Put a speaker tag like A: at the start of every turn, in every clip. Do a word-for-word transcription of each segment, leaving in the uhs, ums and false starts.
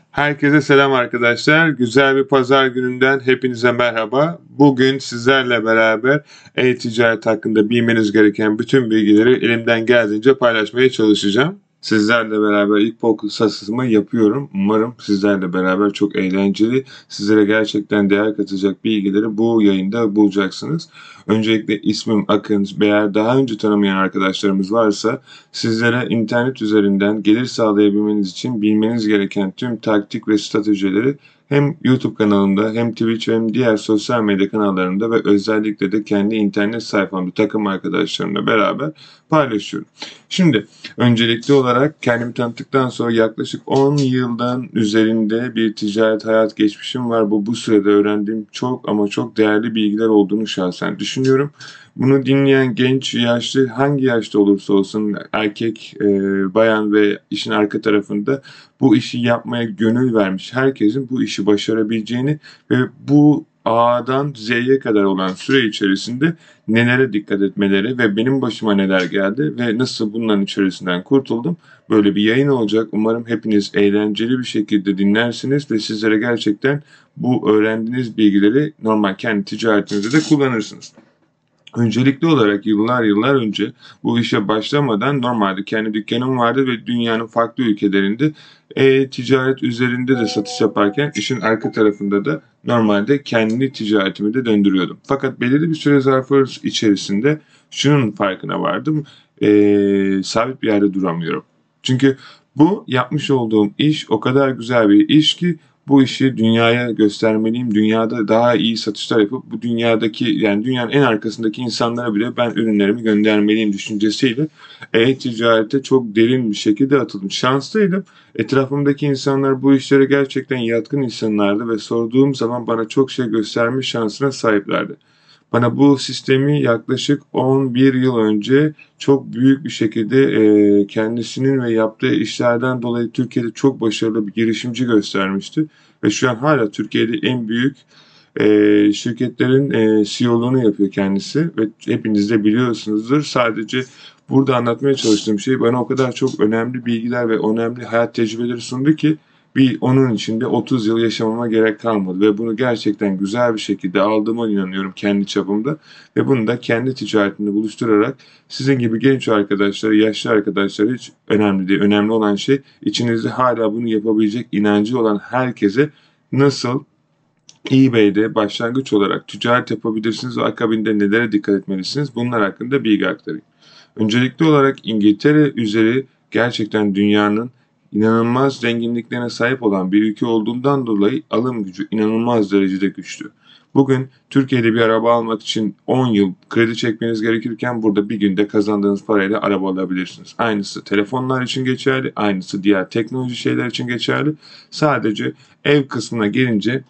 A: Herkese selam arkadaşlar. Güzel bir pazar gününden hepinize merhaba. Bugün sizlerle beraber e-ticaret hakkında bilmeniz gereken bütün bilgileri elimden geldiğince paylaşmaya çalışacağım. Sizlerle beraber ilk podcast'ımı yapıyorum. Umarım sizlerle beraber çok eğlenceli, sizlere gerçekten değer katacak bilgileri bu yayında bulacaksınız. Öncelikle ismim Akın. Eğer daha önce tanımayan arkadaşlarımız varsa sizlere internet üzerinden gelir sağlayabilmeniz için bilmeniz gereken tüm taktik ve stratejileri hem YouTube kanalımda hem Twitch hem diğer sosyal medya kanallarımda ve özellikle de kendi internet sayfamda takım arkadaşlarımla beraber paylaşıyorum. Şimdi öncelikli olarak kendimi tanıttıktan sonra yaklaşık on yıldan üzerinde bir ticaret hayat geçmişim var. Bu bu sürede öğrendiğim çok ama çok değerli bilgiler olduğunu şahsen düşünüyorum. Bunu dinleyen genç, yaşlı, hangi yaşta olursa olsun erkek, e, bayan ve işin arka tarafında bu işi yapmaya gönül vermiş herkesin bu işi başarabileceğini ve bu A'dan Z'ye kadar olan süre içerisinde nelere dikkat etmeleri ve benim başıma neler geldi ve nasıl bunların içerisinden kurtuldum. Böyle bir yayın olacak. Umarım hepiniz eğlenceli bir şekilde dinlersiniz ve sizlere gerçekten bu öğrendiğiniz bilgileri normal kendi ticaretinizde de kullanırsınız. Öncelikli olarak yıllar yıllar önce bu işe başlamadan normalde kendi dükkanım vardı ve dünyanın farklı ülkelerinde e-ticaret üzerinde de satış yaparken işin arka tarafında da normalde kendi ticaretimi de döndürüyordum. Fakat belirli bir süre zarfı içerisinde şunun farkına vardım. E, sabit bir yerde duramıyorum. Çünkü bu yapmış olduğum iş o kadar güzel bir iş ki bu işi dünyaya göstermeliyim. Dünyada daha iyi satışlar yapıp bu dünyadaki yani dünyanın en arkasındaki insanlara bile ben ürünlerimi göndermeliyim düşüncesiyle e-ticarete çok derin bir şekilde atıldım. Şanslıydım. Etrafımdaki insanlar bu işlere gerçekten yatkın insanlardı ve sorduğum zaman bana çok şey gösterme şansına sahiplerdi. Bana bu sistemi yaklaşık on bir yıl önce çok büyük bir şekilde e, kendisinin ve yaptığı işlerden dolayı Türkiye'de çok başarılı bir girişimci göstermişti. Ve şu an hala Türkiye'de en büyük e, şirketlerin e, C E O'luğunu yapıyor kendisi. Ve hepiniz de biliyorsunuzdur. Sadece burada anlatmaya çalıştığım şey bana o kadar çok önemli bilgiler ve önemli hayat tecrübeleri sundu ki bir onun içinde otuz yıl yaşamama gerek kalmadı ve bunu gerçekten güzel bir şekilde aldığıma inanıyorum kendi çapımda ve bunu da kendi ticaretimde buluşturarak sizin gibi genç arkadaşları, yaşlı arkadaşları hiç önemli değil. Önemli olan şey içinizde hala bunu yapabilecek inancı olan herkese nasıl eBay'de başlangıç olarak ticaret yapabilirsiniz ve akabinde nelere dikkat etmelisiniz bunlar hakkında bilgi aktarayım. Öncelikli olarak İngiltere üzeri gerçekten dünyanın inanılmaz zenginliklerine sahip olan bir ülke olduğundan dolayı alım gücü inanılmaz derecede güçlü. Bugün Türkiye'de bir araba almak için on yıl kredi çekmeniz gerekirken burada bir günde kazandığınız parayla araba alabilirsiniz. Aynısı telefonlar için geçerli, aynısı diğer teknoloji şeyler için geçerli. Sadece ev kısmına gelince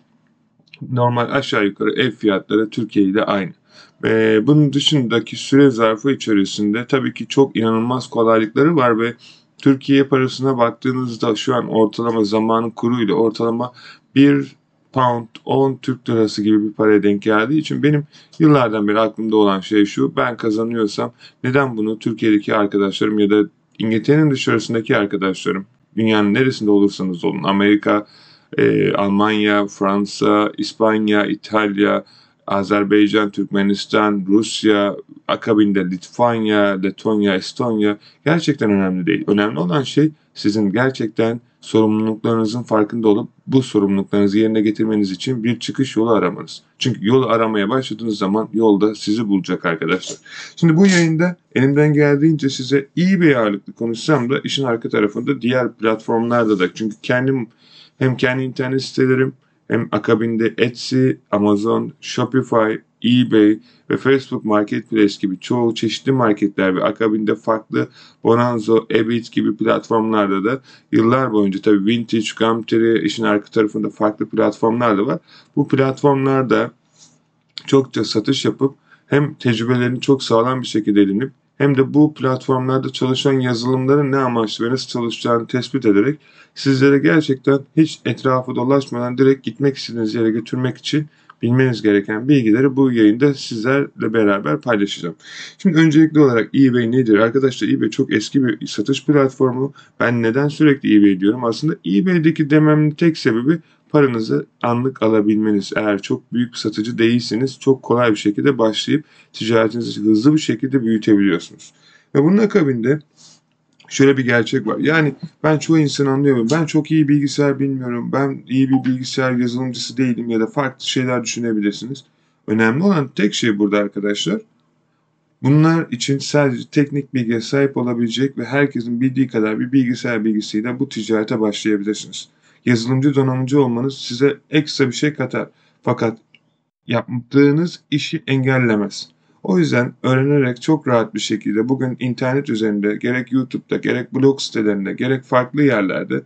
A: normal aşağı yukarı ev fiyatları Türkiye ile aynı. Ve bunun dışındaki süre zarfı içerisinde tabii ki çok inanılmaz kolaylıkları var ve Türkiye parasına baktığınızda şu an ortalama zamanın kuruyla ortalama bir pound on Türk lirası gibi bir paraya denk geldiği için benim yıllardan beri aklımda olan şey şu: ben kazanıyorsam neden bunu Türkiye'deki arkadaşlarım ya da İngiltere'nin dışarısındaki arkadaşlarım, dünyanın neresinde olursanız olun, Amerika, e, Almanya, Fransa, İspanya, İtalya, Azerbaycan, Türkmenistan, Rusya, akabinde Litvanya, Letonya, Estonya gerçekten önemli değil. Önemli olan şey sizin gerçekten sorumluluklarınızın farkında olup bu sorumluluklarınızı yerine getirmeniz için bir çıkış yolu aramanız. Çünkü yolu aramaya başladığınız zaman yolda sizi bulacak arkadaşlar. Şimdi bu yayında elimden geldiğince size iyi bir ağırlıklı konuşsam da işin arka tarafında diğer platformlarda da, çünkü kendim hem kendi internet sitelerim hem akabinde Etsy, Amazon, Shopify, eBay ve Facebook Marketplace gibi çoğu çeşitli marketler ve akabinde farklı Bonanza, Ebit gibi platformlarda da yıllar boyunca, tabii Vintage, Gumtree, işin arka tarafında farklı platformlar da var. Bu platformlarda çokça satış yapıp hem tecrübelerini çok sağlam bir şekilde edinip hem de bu platformlarda çalışan yazılımların ne amaçlı ve nasıl çalışacağını tespit ederek sizlere gerçekten hiç etrafı dolaşmadan direkt gitmek istediğiniz yere götürmek için bilmeniz gereken bilgileri bu yayında sizlerle beraber paylaşacağım. Şimdi öncelikli olarak eBay nedir? Arkadaşlar eBay çok eski bir satış platformu. Ben neden sürekli eBay diyorum? Aslında eBay'deki dememin tek sebebi paranızı anlık alabilmeniz. Eğer çok büyük bir satıcı değilseniz çok kolay bir şekilde başlayıp ticaretinizi hızlı bir şekilde büyütebiliyorsunuz. Ve bunun akabinde şöyle bir gerçek var. Yani ben çoğu insan anlıyorum. Ben çok iyi bilgisayar bilmiyorum. Ben iyi bir bilgisayar yazılımcısı değilim ya da farklı şeyler düşünebilirsiniz. Önemli olan tek şey burada arkadaşlar. Bunlar için sadece teknik bilgiye sahip olabilecek ve herkesin bildiği kadar bir bilgisayar bilgisiyle bu ticarete başlayabilirsiniz. Yazılımcı donanımcı olmanız size ekstra bir şey katar. Fakat yaptığınız işi engellemez. O yüzden öğrenerek çok rahat bir şekilde bugün internet üzerinde gerek YouTube'da gerek blog sitelerinde gerek farklı yerlerde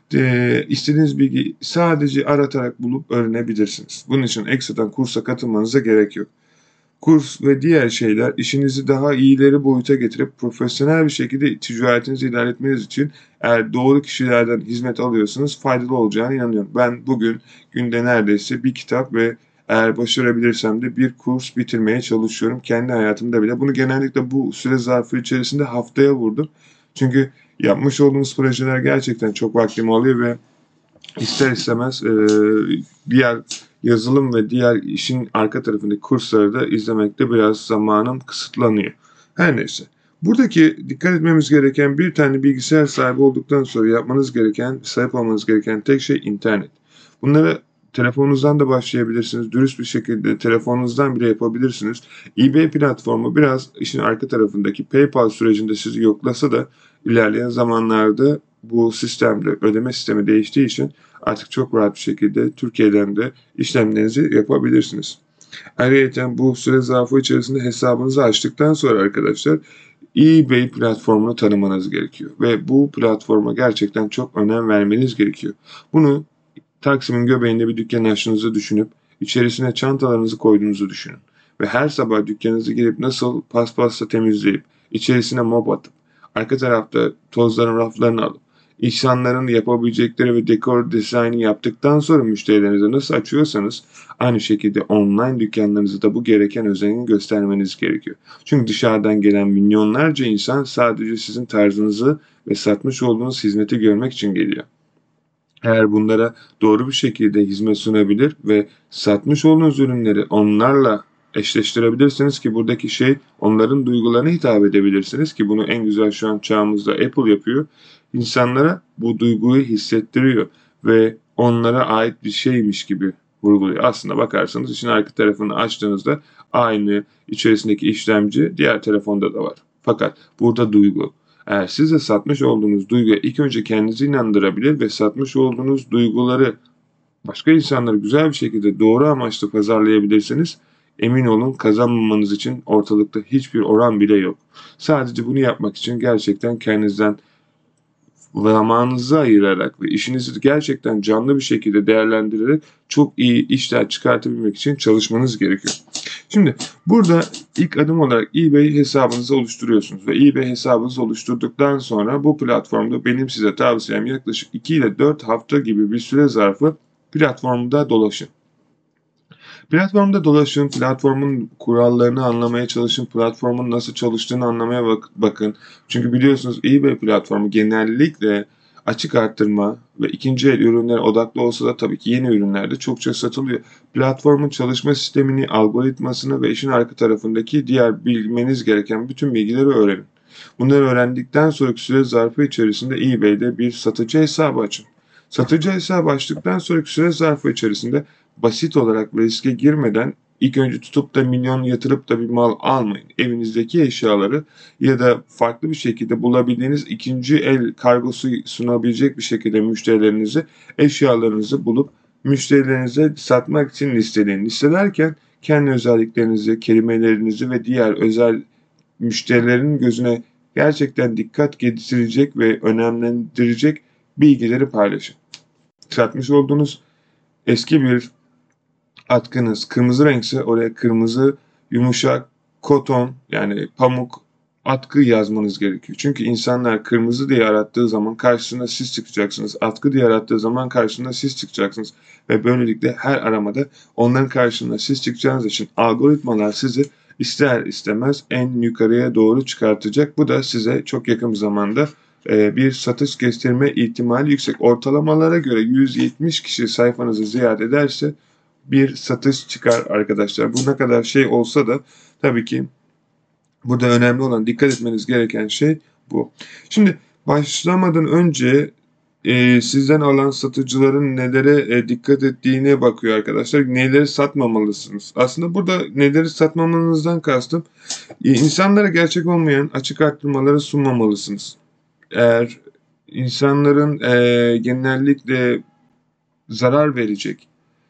A: e, istediğiniz bilgiyi sadece aratarak bulup öğrenebilirsiniz. Bunun için ekstradan kursa katılmanıza gerek yok. Kurs ve diğer şeyler işinizi daha iyileri boyuta getirip profesyonel bir şekilde ticaretinizi ilerletmeniz için eğer doğru kişilerden hizmet alıyorsanız faydalı olacağına inanıyorum. Ben bugün günde neredeyse bir kitap ve eğer başarabilirsem de bir kurs bitirmeye çalışıyorum. Kendi hayatımda bile. Bunu genellikle bu süre zarfı içerisinde haftaya vurdum. Çünkü yapmış olduğumuz projeler gerçekten çok vaktimi alıyor ve ister istemez e, diğer yazılım ve diğer işin arka tarafındaki kursları da izlemekte biraz zamanım kısıtlanıyor. Her neyse. Buradaki dikkat etmemiz gereken bir tane bilgisayar sahibi olduktan sonra yapmanız gereken, sahip olmanız gereken tek şey internet. Bunları telefonunuzdan da başlayabilirsiniz. Dürüst bir şekilde telefonunuzdan bile yapabilirsiniz. eBay platformu biraz işin arka tarafındaki PayPal sürecinde sizi yoklasa da ilerleyen zamanlarda bu sistemde ödeme sistemi değiştiği için artık çok rahat bir şekilde Türkiye'den de işlemlerinizi yapabilirsiniz. Ayrıca bu süre zarfı içerisinde hesabınızı açtıktan sonra arkadaşlar eBay platformunu tanımanız gerekiyor. Ve bu platforma gerçekten çok önem vermeniz gerekiyor. Bunu Taksim'in göbeğinde bir dükkan açtığınızı düşünüp içerisine çantalarınızı koyduğunuzu düşünün. Ve her sabah dükkanınızı girip nasıl paspasla temizleyip içerisine mop atıp arka tarafta tozların raflarını alıp insanların yapabilecekleri ve dekor dizaynı yaptıktan sonra müşterilerinize nasıl açıyorsanız aynı şekilde online dükkanlarınızı da bu gereken özeni göstermeniz gerekiyor. Çünkü dışarıdan gelen milyonlarca insan sadece sizin tarzınızı ve satmış olduğunuz hizmeti görmek için geliyor. Eğer bunlara doğru bir şekilde hizmet sunabilir ve satmış olduğunuz ürünleri onlarla eşleştirebilirsiniz ki buradaki şey onların duygularına hitap edebilirsiniz ki bunu en güzel şu an çağımızda Apple yapıyor. İnsanlara bu duyguyu hissettiriyor ve onlara ait bir şeymiş gibi vurguluyor. Aslında bakarsanız işin arka tarafını açtığınızda aynı içerisindeki işlemci diğer telefonda da var. Fakat burada duygu. Eğer siz de satmış olduğunuz duyguya ilk önce kendinizi inandırabilir ve satmış olduğunuz duyguları başka insanlara güzel bir şekilde doğru amaçlı pazarlayabilirseniz emin olun kazanmamanız için ortalıkta hiçbir oran bile yok. Sadece bunu yapmak için gerçekten kendinizden zamanınızı ayırarak ve işinizi gerçekten canlı bir şekilde değerlendirerek çok iyi işler çıkartabilmek için çalışmanız gerekiyor. Şimdi burada ilk adım olarak eBay hesabınızı oluşturuyorsunuz ve eBay hesabınızı oluşturduktan sonra bu platformda benim size tavsiyem yaklaşık iki ile dört hafta gibi bir süre zarfı platformda dolaşın. Platformda dolaşın, platformun kurallarını anlamaya çalışın, platformun nasıl çalıştığını anlamaya bak- bakın. Çünkü biliyorsunuz eBay platformu genellikle açık arttırma ve ikinci el ürünlere odaklı olsa da tabii ki yeni ürünlerde çokça satılıyor. Platformun çalışma sistemini, algoritmasını ve işin arka tarafındaki diğer bilmeniz gereken bütün bilgileri öğrenin. Bunları öğrendikten sonraki süre zarfı içerisinde eBay'de bir satıcı hesabı açın. Satıcı hesabı açtıktan sonraki süre zarfı içerisinde basit olarak riske girmeden ilk önce tutup da milyon yatırıp da bir mal almayın. Evinizdeki eşyaları ya da farklı bir şekilde bulabildiğiniz ikinci el kargosu sunabilecek bir şekilde müşterilerinize eşyalarınızı bulup müşterilerinize satmak için listeleyin. Listelerken kendi özelliklerinizi, kelimelerinizi ve diğer özel müşterilerin gözüne gerçekten dikkat getirecek ve önemlendirecek bilgileri paylaşın. Satmış olduğunuz eski bir atkınız kırmızı renkse oraya kırmızı, yumuşak, koton yani pamuk atkı yazmanız gerekiyor. Çünkü insanlar kırmızı diye arattığı zaman karşısına siz çıkacaksınız. Atkı diye arattığı zaman karşısına siz çıkacaksınız. Ve böylelikle her aramada onların karşısına siz çıkacağınız için algoritmalar sizi ister istemez en yukarıya doğru çıkartacak. Bu da size çok yakın bir zamanda e, bir satış gösterme ihtimali yüksek. Ortalamalara göre yüz yetmiş kişi sayfanızı ziyaret ederse bir satış çıkar arkadaşlar. Bu ne kadar şey olsa da tabii ki burada önemli olan, dikkat etmeniz gereken şey bu. Şimdi başlamadan önce e, sizden alan satıcıların nelere e, dikkat ettiğine bakıyor arkadaşlar. Neleri satmamalısınız? Aslında burada neleri satmamanızdan kastım e, insanlara gerçek olmayan açık arttırmaları sunmamalısınız. Eğer insanların e, genellikle zarar verecek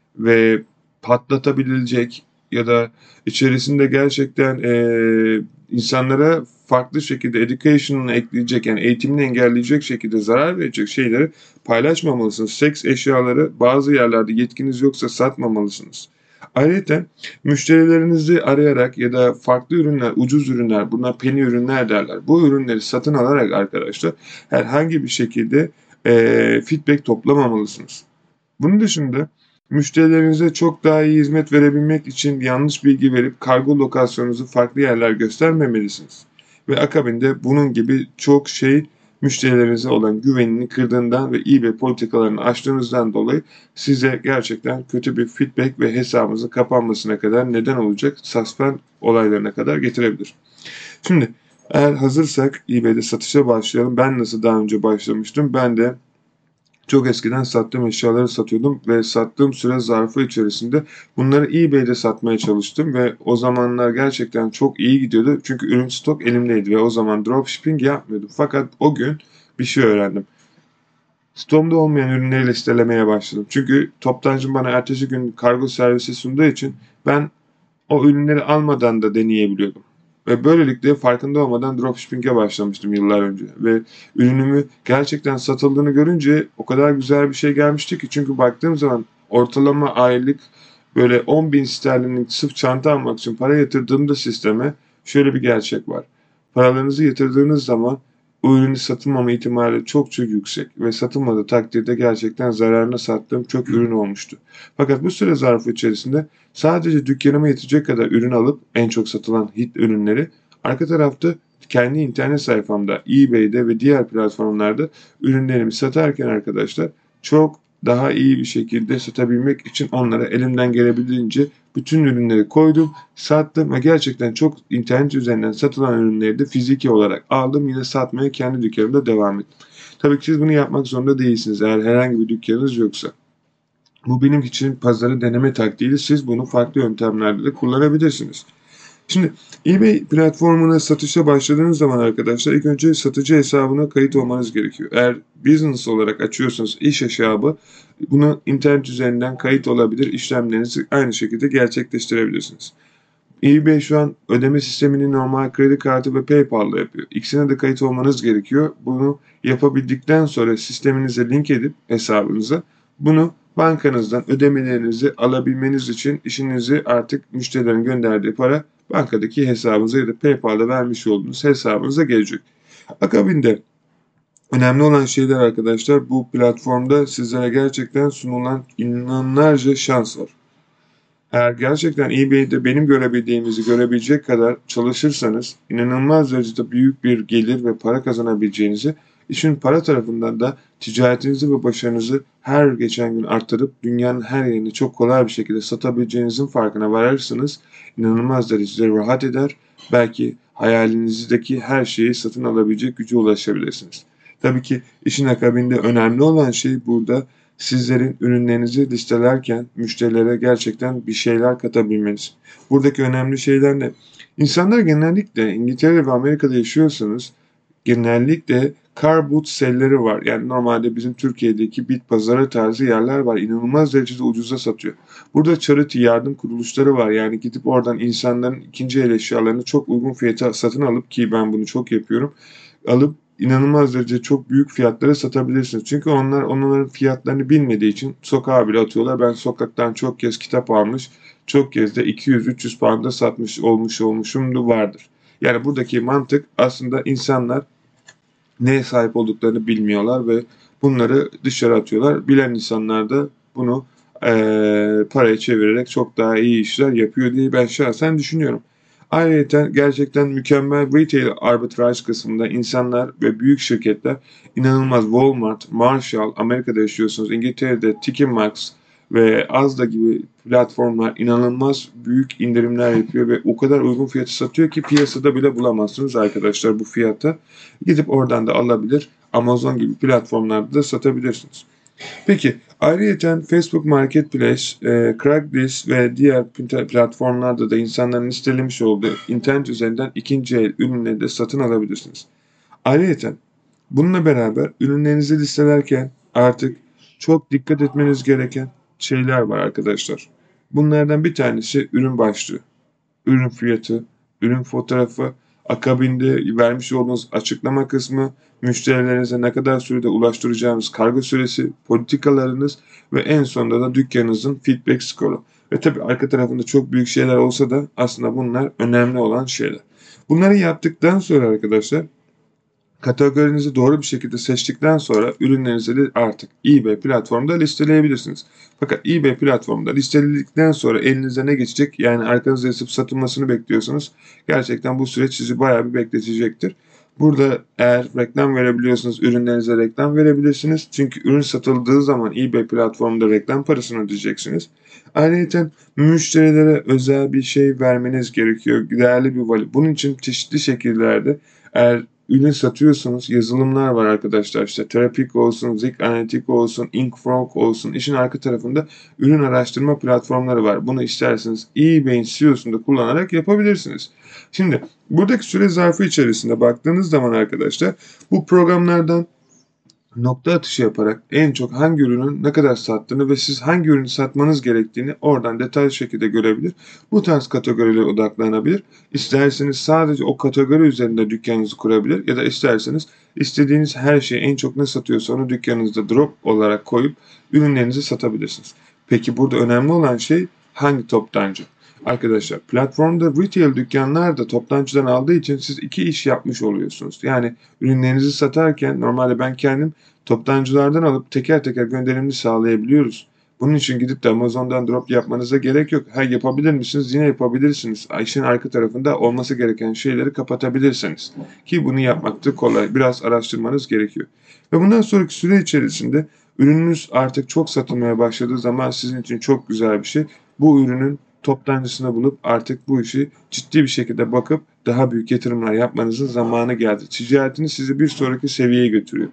A: ve patlatabilecek ya da içerisinde gerçekten e, insanlara farklı şekilde education'ını ekleyecek, yani eğitimini engelleyecek şekilde zarar verecek şeyleri paylaşmamalısınız. Seks eşyaları bazı yerlerde yetkiniz yoksa satmamalısınız. Ayrıca müşterilerinizi arayarak ya da farklı ürünler, ucuz ürünler, buna penny ürünler derler. Bu ürünleri satın alarak arkadaşlar herhangi bir şekilde e, feedback toplamamalısınız. Bunun dışında müşterilerinize çok daha iyi hizmet verebilmek için yanlış bilgi verip kargo lokasyonunuzu farklı yerler göstermemelisiniz. Ve akabinde bunun gibi çok şey müşterilerinize olan güvenini kırdığından ve eBay politikalarını aştığınızdan dolayı size gerçekten kötü bir feedback ve hesabınızın kapanmasına kadar neden olacak suspend olaylarına kadar getirebilir. Şimdi eğer hazırsak eBay'de satışa başlayalım. Ben nasıl daha önce başlamıştım? Ben de çok eskiden sattığım eşyaları satıyordum ve sattığım süre zarfı içerisinde bunları eBay'de satmaya çalıştım ve o zamanlar gerçekten çok iyi gidiyordu. Çünkü ürün stok elimdeydi ve o zaman dropshipping yapmıyordum. Fakat o gün bir şey öğrendim. Stoğumda olmayan ürünleri listelemeye başladım. Çünkü toptancım bana ertesi gün kargo servisi sunduğu için ben o ürünleri almadan da deneyebiliyordum. Ve böylelikle farkında olmadan dropshipping'e başlamıştım yıllar önce. Ve ürünümü gerçekten satıldığını görünce o kadar güzel bir şey gelmişti ki. Çünkü baktığım zaman ortalama aylık böyle on bin sterlinlik sırf çanta almak için para yatırdığımda sisteme şöyle bir gerçek var. Paralarınızı yatırdığınız zaman o ürünü satılmama ihtimali çok çok yüksek ve satılmadığı takdirde gerçekten zararına sattığım çok ürün olmuştu. Fakat bu süre zarfı içerisinde sadece dükkanıma yetecek kadar ürün alıp en çok satılan hit ürünleri arka tarafta kendi internet sayfamda, eBay'de ve diğer platformlarda ürünlerimi satarken arkadaşlar çok daha iyi bir şekilde satabilmek için onlara elimden gelebildiğince bütün ürünleri koydum, sattım ve gerçekten çok internet üzerinden satılan ürünleri de fiziki olarak aldım. Yine satmaya kendi dükkanımda devam ettim. Tabii ki siz bunu yapmak zorunda değilsiniz eğer herhangi bir dükkanınız yoksa. Bu benim için pazarı deneme taktiği. Siz bunu farklı yöntemlerde de kullanabilirsiniz. Şimdi eBay platformuna satışa başladığınız zaman arkadaşlar ilk önce satıcı hesabına kayıt olmanız gerekiyor. Eğer business olarak açıyorsanız iş hesabı bunu internet üzerinden kayıt olabilir, işlemlerinizi aynı şekilde gerçekleştirebilirsiniz. eBay şu an ödeme sistemini normal kredi kartı ve PayPal'la yapıyor. İkisine de kayıt olmanız gerekiyor. Bunu yapabildikten sonra sisteminize link edip hesabınıza bunu bankanızdan ödemelerinizi alabilmeniz için işinizi artık müşterilerin gönderdiği para bankadaki hesabınıza ya da PayPal'da vermiş olduğunuz hesabınıza gelecek. Akabinde önemli olan şeyler arkadaşlar bu platformda sizlere gerçekten sunulan inanılmazca şans var. Eğer gerçekten eBay'de benim görebildiğimizi görebilecek kadar çalışırsanız inanılmaz derecede büyük bir gelir ve para kazanabileceğinizi, işin para tarafından da ticaretinizi ve başarınızı her geçen gün arttırıp dünyanın her yerine çok kolay bir şekilde satabileceğinizin farkına varırsınız. İnanılmaz derecede rahat eder. Belki hayalinizdeki her şeyi satın alabilecek güce ulaşabilirsiniz. Tabii ki işin akabinde önemli olan şey burada sizlerin ürünlerinizi listelerken müşterilere gerçekten bir şeyler katabilmeniz. Buradaki önemli şeyler ne? İnsanlar genellikle İngiltere ve Amerika'da yaşıyorsanız genellikle car boot selleri var. Yani normalde bizim Türkiye'deki bit pazarı tarzı yerler var. İnanılmaz derecede ucuza satıyor. Burada charity yardım kuruluşları var. Yani gidip oradan insanların ikinci el eşyalarını çok uygun fiyata satın alıp, ki ben bunu çok yapıyorum, alıp inanılmaz derece çok büyük fiyatlara satabilirsiniz. Çünkü onlar onların fiyatlarını bilmediği için sokağa bile atıyorlar. Ben sokaktan çok kez kitap almış, çok kez de iki yüz üç yüz pound'a satmış olmuş olmuşum da vardır. Yani buradaki mantık aslında insanlar neye sahip olduklarını bilmiyorlar ve bunları dışarı atıyorlar. Bilen insanlar da bunu eee paraya çevirerek çok daha iyi işler yapıyor diye ben şahsen düşünüyorum. Ayrıca gerçekten mükemmel retail arbitraj kısmında insanlar ve büyük şirketler inanılmaz Walmart, Marshall, Amerika'da yaşıyorsunuz, İngiltere'de Ticketmaster ve Asda gibi platformlar inanılmaz büyük indirimler yapıyor ve o kadar uygun fiyatı satıyor ki piyasada bile bulamazsınız arkadaşlar bu fiyata. Gidip oradan da alabilir. Amazon gibi platformlarda da satabilirsiniz. Peki ayrıca Facebook Marketplace, e, Craigslist ve diğer platformlarda da insanların listelemiş olduğu internet üzerinden ikinci el ürünleri de satın alabilirsiniz. Ayrıca bununla beraber ürünlerinizi listelerken artık çok dikkat etmeniz gereken şeyler var arkadaşlar. Bunlardan bir tanesi ürün başlığı, ürün fiyatı, ürün fotoğrafı, akabinde vermiş olduğunuz açıklama kısmı, müşterilerinize ne kadar sürede ulaştıracağınız kargo süresi, politikalarınız ve en sonunda da dükkanınızın feedback skoru. Ve tabii arka tarafında çok büyük şeyler olsa da aslında bunlar önemli olan şeyler. Bunları yaptıktan sonra arkadaşlar kategorinizi doğru bir şekilde seçtikten sonra ürünlerinizi de artık eBay platformunda listeleyebilirsiniz. Fakat eBay platformunda listeledikten sonra elinize ne geçecek? Yani arkanızda yazıp satılmasını bekliyorsanız gerçekten bu süreç sizi bayağı bir bekletecektir. Burada eğer reklam verebiliyorsanız ürünlerinize reklam verebilirsiniz. Çünkü ürün satıldığı zaman eBay platformunda reklam parasını ödeyeceksiniz. Ayrıca müşterilere özel bir şey vermeniz gerekiyor. Değerli bir vali. Bunun için çeşitli şekillerde eğer ürün satıyorsunuz, yazılımlar var arkadaşlar. İşte Traffic olsun, Zik Analytics olsun, Inkfrog olsun. İşin arka tarafında ürün araştırma platformları var. Bunu isterseniz eBay'in C E O'sunda kullanarak yapabilirsiniz. Şimdi buradaki süre zarfı içerisinde baktığınız zaman arkadaşlar bu programlardan nokta atışı yaparak en çok hangi ürünün ne kadar sattığını ve siz hangi ürünü satmanız gerektiğini oradan detaylı şekilde görebilir. Bu tarz kategorilere odaklanabilir. İsterseniz sadece o kategori üzerinde dükkanınızı kurabilir ya da isterseniz istediğiniz her şeyi en çok ne satıyorsa onu dükkanınızda drop olarak koyup ürünlerinizi satabilirsiniz. Peki burada önemli olan şey hangi toptancı? Arkadaşlar platformda retail dükkanlar da toptancıdan aldığı için siz iki iş yapmış oluyorsunuz. Yani ürünlerinizi satarken normalde ben kendim toptancılardan alıp teker teker gönderimini sağlayabiliyoruz. Bunun için gidip de Amazon'dan drop yapmanıza gerek yok. Ha yapabilir misiniz? Yine yapabilirsiniz. İşin arka tarafında olması gereken şeyleri kapatabilirsiniz. Ki bunu yapmak da kolay. Biraz araştırmanız gerekiyor. Ve bundan sonraki süre içerisinde ürününüz artık çok satılmaya başladığı zaman sizin için çok güzel bir şey. Bu ürünün toptancısını bulup artık bu işi ciddi bir şekilde bakıp daha büyük yatırımlar yapmanızın zamanı geldi. Ticaretiniz sizi bir sonraki seviyeye götürüyor.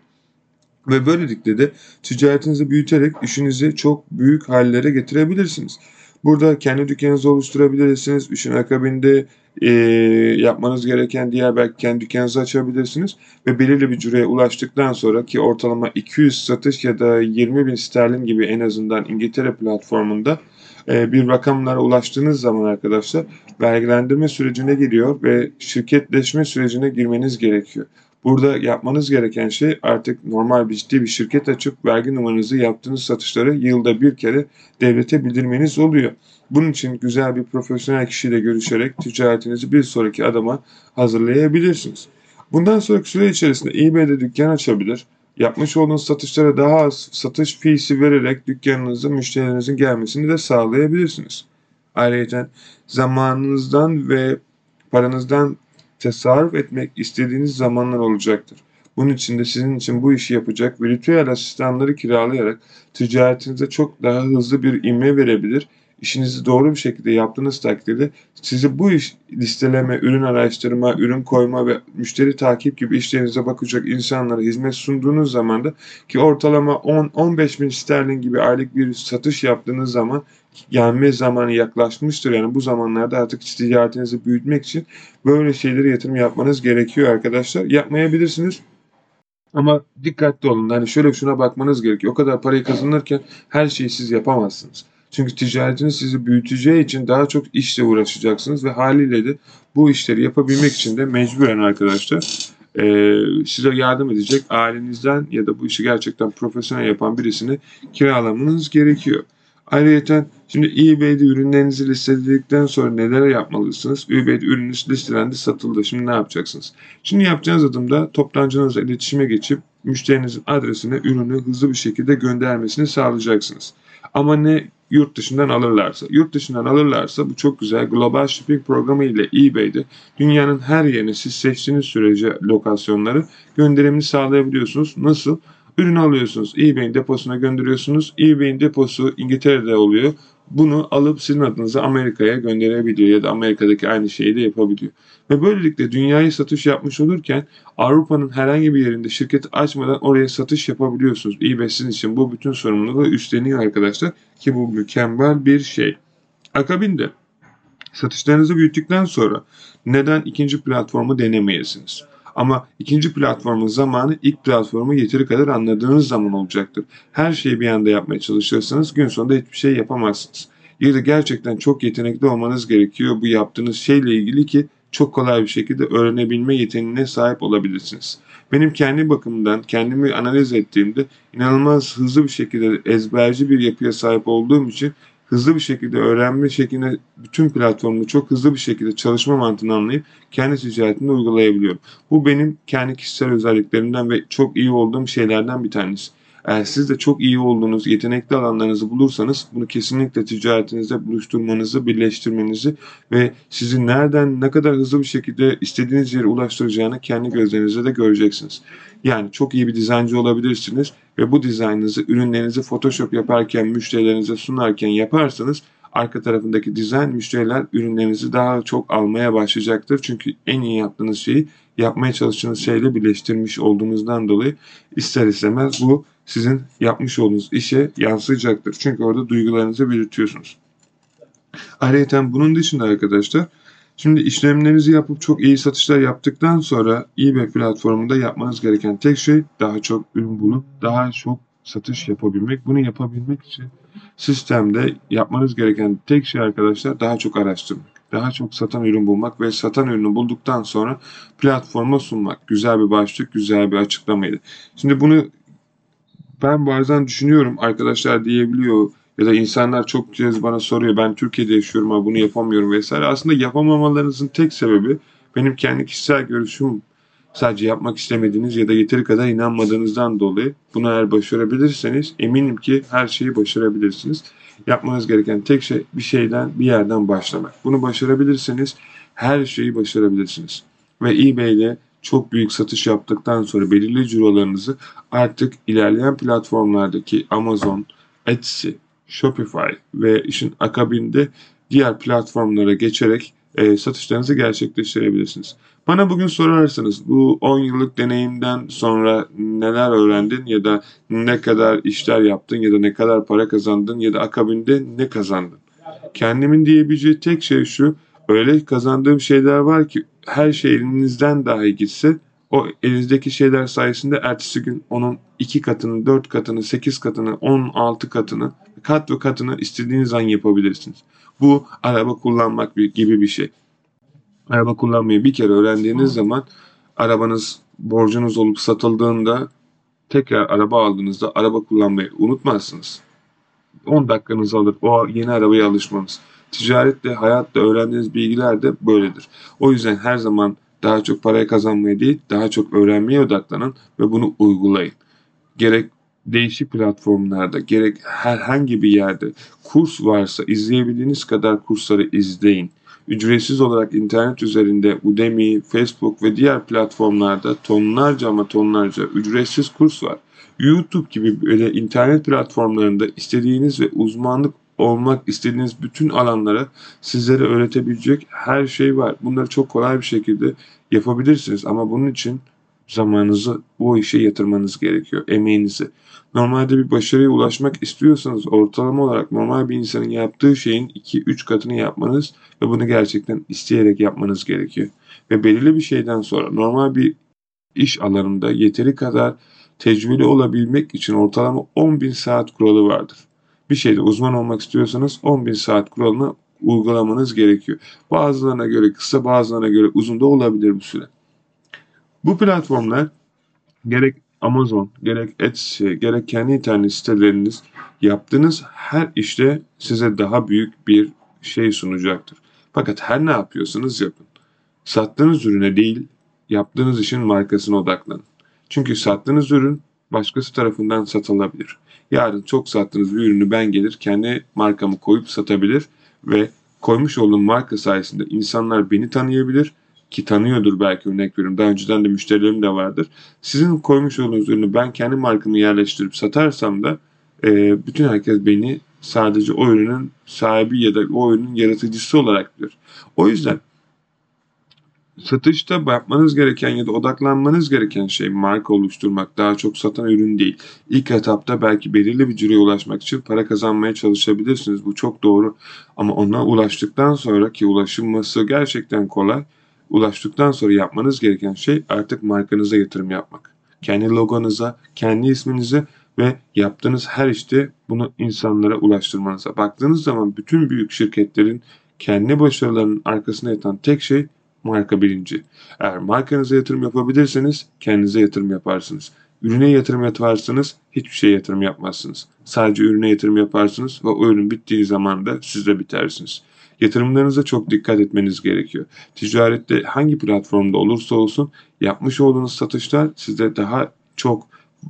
A: Ve böylelikle de ticaretinizi büyüterek işinizi çok büyük hallere getirebilirsiniz. Burada kendi dükkanınızı oluşturabilirsiniz. İşin akabinde e, yapmanız gereken diğer belki kendi dükkanınızı açabilirsiniz. Ve belirli bir cüreye ulaştıktan sonra ki ortalama iki yüz satış ya da yirmi bin sterlin gibi en azından İngiltere platformunda e, bir rakamlara ulaştığınız zaman arkadaşlar vergilendirme sürecine giriyor ve şirketleşme sürecine girmeniz gerekiyor. Burada yapmanız gereken şey artık normal bir ciddi bir şirket açıp vergi numaranızı yaptığınız satışları yılda bir kere devlete bildirmeniz oluyor. Bunun için güzel bir profesyonel kişiyle görüşerek ticaretinizi bir sonraki adıma hazırlayabilirsiniz. Bundan sonraki süre içerisinde eBay'de dükkan açabilir, yapmış olduğunuz satışlara daha az satış fee'si vererek dükkanınıza müşterilerinizin gelmesini de sağlayabilirsiniz. Ayrıca zamanınızdan ve paranızdan tasarruf etmek istediğiniz zamanlar olacaktır. Bunun için de sizin için bu işi yapacak ve ritüel asistanları kiralayarak ticaretinize çok daha hızlı bir ivme verebilir. İşinizi doğru bir şekilde yaptığınız takdirde sizi bu iş listeleme, ürün araştırma, ürün koyma ve müşteri takip gibi işlerinize bakacak insanlara hizmet sunduğunuz zaman da ki ortalama on on beş bin sterlin gibi aylık bir satış yaptığınız zaman gelme zamanı yaklaşmıştır. Yani bu zamanlarda artık ticaretinizi büyütmek için böyle şeylere yatırım yapmanız gerekiyor arkadaşlar. Yapmayabilirsiniz. Ama dikkatli olun. Hani şöyle şuna bakmanız gerekiyor. O kadar parayı kazanırken her şeyi siz yapamazsınız. Çünkü ticaretiniz sizi büyüteceği için daha çok işle uğraşacaksınız ve haliyle de bu işleri yapabilmek için de mecburen arkadaşlar e, size yardım edecek ailenizden ya da bu işi gerçekten profesyonel yapan birisini kiralamanız gerekiyor. Ayrıca şimdi eBay'de ürünlerinizi listeledikten sonra neler yapmalısınız? eBay'de ürününüz listelendi, satıldı. Şimdi ne yapacaksınız? Şimdi yapacağınız adımda toptancınızla iletişime geçip müşterinizin adresine ürünü hızlı bir şekilde göndermesini sağlayacaksınız. Ama ne yurt dışından alırlarsa. Yurt dışından alırlarsa bu çok güzel. Global Shipping programı ile eBay'de dünyanın her yerine siz seçtiğiniz sürece lokasyonları gönderimini sağlayabiliyorsunuz. Nasıl? Ürünü alıyorsunuz, eBay'in deposuna gönderiyorsunuz. eBay'in deposu İngiltere'de oluyor. Bunu alıp sizin adınıza Amerika'ya gönderebiliyor ya da Amerika'daki aynı şeyi de yapabiliyor. Ve böylelikle dünyaya satış yapmış olurken Avrupa'nın herhangi bir yerinde şirketi açmadan oraya satış yapabiliyorsunuz. eBay sizin için bu bütün sorumluluğu üstleniyor arkadaşlar ki bu mükemmel bir şey. Akabinde satışlarınızı büyüttükten sonra neden ikinci platformu denemeyesiniz? Ama ikinci platformun zamanı ilk platformu yeteri kadar anladığınız zaman olacaktır. Her şeyi bir anda yapmaya çalışırsanız gün sonunda hiçbir şey yapamazsınız. Ya da gerçekten çok yetenekli olmanız gerekiyor bu yaptığınız şeyle ilgili ki çok kolay bir şekilde öğrenebilme yeteneğine sahip olabilirsiniz. Benim kendi bakımından kendimi analiz ettiğimde inanılmaz hızlı bir şekilde ezberci bir yapıya sahip olduğum için hızlı bir şekilde öğrenme şeklinde bütün platformu çok hızlı bir şekilde çalışma mantığını anlayıp kendi ticaretimde uygulayabiliyorum. Bu benim kendi kişisel özelliklerimden ve çok iyi olduğum şeylerden bir tanesi. Eğer siz de çok iyi olduğunuz yetenekli alanlarınızı bulursanız bunu kesinlikle ticaretinizde buluşturmanızı, birleştirmenizi ve sizi nereden ne kadar hızlı bir şekilde istediğiniz yere ulaştıracağını kendi gözlerinizle de göreceksiniz. Yani çok iyi bir dizayncı olabilirsiniz ve bu dizaynınızı, ürünlerinizi Photoshop yaparken, müşterilerinize sunarken yaparsanız arka tarafındaki dizayn müşteriler ürünlerinizi daha çok almaya başlayacaktır. Çünkü en iyi yaptığınız şeyi yapmaya çalıştığınız şeyle birleştirmiş olduğunuzdan dolayı ister istemez bu sizin yapmış olduğunuz işe yansıyacaktır. Çünkü orada duygularınızı belirtiyorsunuz. Ayrıca bunun dışında arkadaşlar şimdi işlemlerinizi yapıp çok iyi satışlar yaptıktan sonra eBay platformunda yapmanız gereken tek şey daha çok ürün bulup daha çok satış yapabilmek. Bunu yapabilmek için sistemde yapmanız gereken tek şey arkadaşlar daha çok araştırmak. Daha çok satan ürün bulmak ve satan ürünü bulduktan sonra platforma sunmak. Güzel bir başlık, güzel bir açıklamaydı. Şimdi bunu ben bazen düşünüyorum, arkadaşlar diyebiliyor ya da insanlar çok kez bana soruyor, ben Türkiye'de yaşıyorum ama bunu yapamıyorum vesaire. Aslında yapamamalarınızın tek sebebi benim kendi kişisel görüşüm, sadece yapmak istemediğiniz ya da yeteri kadar inanmadığınızdan dolayı. Bunu eğer başarabilirseniz eminim ki her şeyi başarabilirsiniz. Yapmanız gereken tek şey bir şeyden, bir yerden başlamak. Bunu başarabilirseniz her şeyi başarabilirsiniz. Ve eBay'de çok büyük satış yaptıktan sonra belirli cirolarınızı artık ilerleyen platformlardaki Amazon, Etsy, Shopify ve işin akabinde diğer platformlara geçerek e, satışlarınızı gerçekleştirebilirsiniz. Bana bugün sorarsanız bu on yıllık deneyimden sonra neler öğrendin ya da ne kadar işler yaptın ya da ne kadar para kazandın ya da akabinde ne kazandın? Kendimin diyebileceği tek şey şu: öyle kazandığım şeyler var ki her şey elinizden dahi gitse o elinizdeki şeyler sayesinde ertesi gün onun iki katını, dört katını, sekiz katını, on altı katını, kat ve katını istediğiniz an yapabilirsiniz. Bu araba kullanmak gibi bir şey. Araba kullanmayı bir kere öğrendiğiniz zaman arabanız borcunuz olup satıldığında tekrar araba aldığınızda araba kullanmayı unutmazsınız. on dakikanızı alır o yeni arabaya alışmanız. Ticaretle, hayatta öğrendiğiniz bilgiler de böyledir. O yüzden her zaman daha çok parayı kazanmaya değil, daha çok öğrenmeye odaklanın ve bunu uygulayın. Gerek değişik platformlarda, gerek herhangi bir yerde kurs varsa izleyebildiğiniz kadar kursları izleyin. Ücretsiz olarak internet üzerinde Udemy, Facebook ve diğer platformlarda tonlarca ama tonlarca ücretsiz kurs var. YouTube gibi böyle internet platformlarında istediğiniz ve uzmanlık olmak istediğiniz bütün alanlara sizlere öğretebilecek her şey var. Bunları çok kolay bir şekilde yapabilirsiniz ama bunun için zamanınızı bu işe yatırmanız gerekiyor, emeğinizi. Normalde bir başarıya ulaşmak istiyorsanız ortalama olarak normal bir insanın yaptığı şeyin iki üç katını yapmanız ve bunu gerçekten isteyerek yapmanız gerekiyor. Ve belirli bir şeyden sonra normal bir iş alanında yeteri kadar tecrübeli olabilmek için ortalama on bin saat kuralı vardır. Bir şeyde uzman olmak istiyorsanız on bin saat kuralını uygulamanız gerekiyor. Bazılarına göre kısa, bazılarına göre uzun da olabilir bu süre. Bu platformlar gerek Amazon, gerek Etsy, gerek kendi internet siteleriniz yaptığınız her işte size daha büyük bir şey sunacaktır. Fakat her ne yapıyorsanız yapın. Sattığınız ürüne değil, yaptığınız işin markasına odaklanın. Çünkü sattığınız ürün başkası tarafından satılabilir. Yarın çok sattığınız bir ürünü ben gelir kendi markamı koyup satabilir ve koymuş olduğum marka sayesinde insanlar beni tanıyabilir ki tanıyordur belki, örnek veriyorum. Daha önceden de müşterilerim de vardır. Sizin koymuş olduğunuz ürünü ben kendi markamı yerleştirip satarsam da e, bütün herkes beni sadece o ürünün sahibi ya da o ürünün yaratıcısı olarak bilir. O yüzden satışta yapmanız gereken ya da odaklanmanız gereken şey marka oluşturmak, daha çok satan ürün değil. İlk etapta belki belirli bir ciroya ulaşmak için para kazanmaya çalışabilirsiniz. Bu çok doğru. Ama ona ulaştıktan sonra, ki ulaşılması gerçekten kolay, ulaştıktan sonra yapmanız gereken şey artık markanıza yatırım yapmak. Kendi logonuza, kendi isminize ve yaptığınız her işte bunu insanlara ulaştırmanıza. Baktığınız zaman bütün büyük şirketlerin kendi başarılarının arkasında yatan tek şey marka bilinci. Eğer markanıza yatırım yapabilirseniz kendinize yatırım yaparsınız. Ürüne yatırım yaparsanız hiçbir şeye yatırım yapmazsınız. Sadece ürüne yatırım yaparsınız ve o ürün bittiği zaman da siz de bitersiniz. Yatırımlarınıza çok dikkat etmeniz gerekiyor. Ticarette hangi platformda olursa olsun yapmış olduğunuz satışlar size daha çok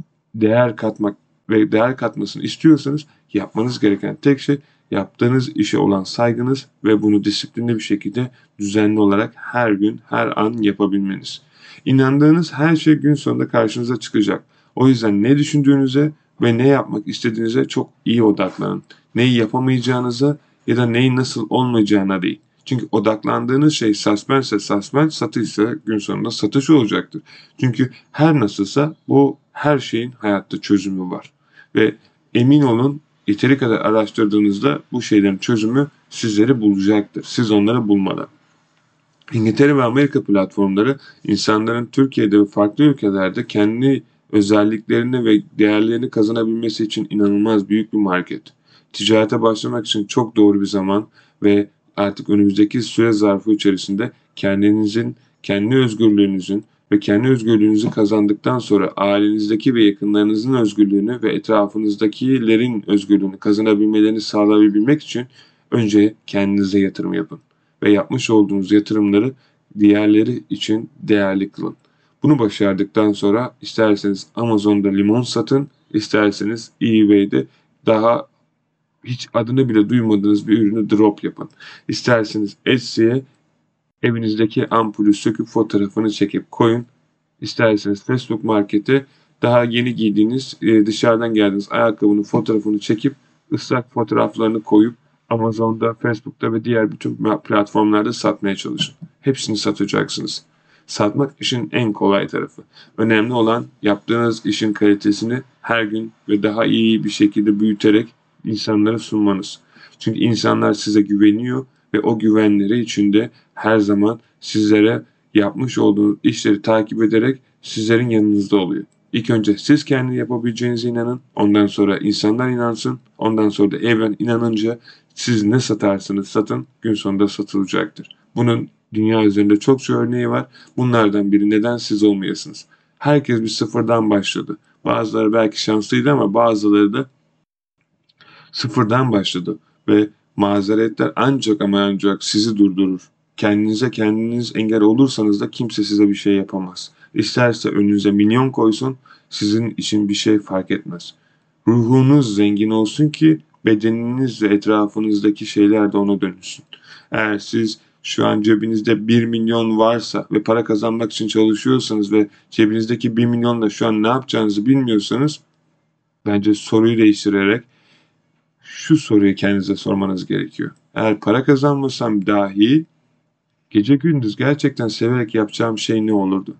A: değer katmak ve değer katmasını istiyorsanız yapmanız gereken tek şey yaptığınız işe olan saygınız ve bunu disiplinli bir şekilde düzenli olarak her gün, her an yapabilmeniz. İnandığınız her şey gün sonunda karşınıza çıkacak. O yüzden ne düşündüğünüze ve ne yapmak istediğinize çok iyi odaklanın. Neyi yapamayacağınıza ya da neyin nasıl olmayacağına değil. Çünkü odaklandığınız şey suspense, suspense satışsa gün sonunda satış olacaktır. Çünkü her nasılsa bu her şeyin hayatta çözümü var. Ve emin olun, yeteri kadar araştırdığınızda bu şeylerin çözümü sizleri bulacaktır. Siz onları bulmadan. İngiltere ve Amerika platformları insanların Türkiye'de ve farklı ülkelerde kendi özelliklerini ve değerlerini kazanabilmesi için inanılmaz büyük bir market. Ticarete başlamak için çok doğru bir zaman ve artık önümüzdeki süre zarfı içerisinde kendinizin, kendi özgürlüğünüzün ve kendi özgürlüğünüzü kazandıktan sonra ailenizdeki ve yakınlarınızın özgürlüğünü ve etrafınızdakilerin özgürlüğünü kazanabilmelerini sağlayabilmek için önce kendinize yatırım yapın ve yapmış olduğunuz yatırımları diğerleri için değerli kılın. Bunu başardıktan sonra isterseniz Amazon'da limon satın, isterseniz eBay'de daha hiç adını bile duymadığınız bir ürünü drop yapın. İsterseniz Etsy'ye evinizdeki ampulü söküp fotoğrafını çekip koyun. İsterseniz Facebook Market'e daha yeni giydiğiniz, e, dışarıdan geldiğiniz ayakkabının fotoğrafını çekip ıslak fotoğraflarını koyup Amazon'da, Facebook'ta ve diğer bütün platformlarda satmaya çalışın. Hepsini satacaksınız. Satmak işin en kolay tarafı. Önemli olan yaptığınız işin kalitesini her gün ve daha iyi bir şekilde büyüterek insanlara sunmanız. Çünkü insanlar size güveniyor ve o güvenleri içinde her zaman sizlere yapmış olduğunuz işleri takip ederek sizlerin yanınızda oluyor. İlk önce siz kendi yapabileceğinize inanın, ondan sonra insanlar inansın, ondan sonra da evren inanınca siz ne satarsanız satın gün sonunda satılacaktır. Bunun dünya üzerinde çokça örneği var. Bunlardan biri neden siz olmayasınız? Herkes bir sıfırdan başladı. Bazıları belki şanslıydı ama bazıları da sıfırdan başladı ve mazeretler ancak ama ancak sizi durdurur. Kendinize kendiniz engel olursanız da kimse size bir şey yapamaz. İsterse önünüze milyon koysun, sizin için bir şey fark etmez. Ruhunuz zengin olsun ki bedeniniz ve etrafınızdaki şeyler de ona dönüşsün. Eğer siz şu an cebinizde bir milyon varsa ve para kazanmak için çalışıyorsanız ve cebinizdeki bir milyonla şu an ne yapacağınızı bilmiyorsanız, bence soruyu değiştirerek şu soruyu kendinize sormanız gerekiyor. Eğer para kazanmasam dahi gece gündüz gerçekten severek yapacağım şey ne olurdu?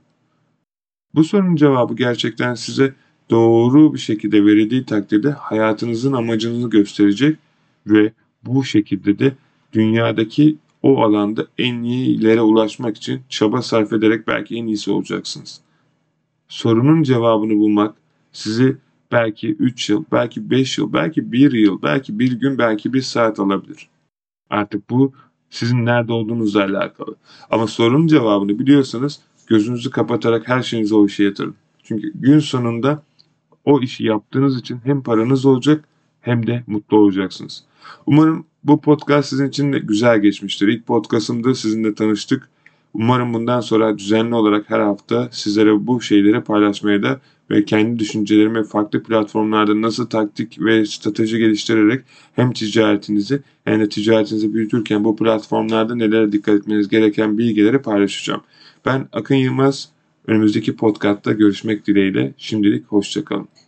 A: Bu sorunun cevabı gerçekten size doğru bir şekilde verildiği takdirde hayatınızın amacını gösterecek ve bu şekilde de dünyadaki o alanda en iyilere ulaşmak için çaba sarf ederek belki en iyisi olacaksınız. Sorunun cevabını bulmak sizi belki üç yıl, belki beş yıl, belki bir yıl, belki bir gün, belki bir saat alabilir. Artık bu sizin nerede olduğunuzla alakalı. Ama sorunun cevabını biliyorsanız gözünüzü kapatarak her şeyinizi o işe yatırın. Çünkü gün sonunda o işi yaptığınız için hem paranız olacak hem de mutlu olacaksınız. Umarım bu podcast sizin için de güzel geçmiştir. İlk podcastımda sizinle tanıştık. Umarım bundan sonra düzenli olarak her hafta sizlere bu şeyleri paylaşmaya da ve kendi düşüncelerimi farklı platformlarda nasıl taktik ve strateji geliştirerek hem ticaretinizi hem de ticaretinizi büyütürken bu platformlarda nelere dikkat etmeniz gereken bilgileri paylaşacağım. Ben Akın Yılmaz. Önümüzdeki podcast'ta görüşmek dileğiyle. Şimdilik hoşça kalın.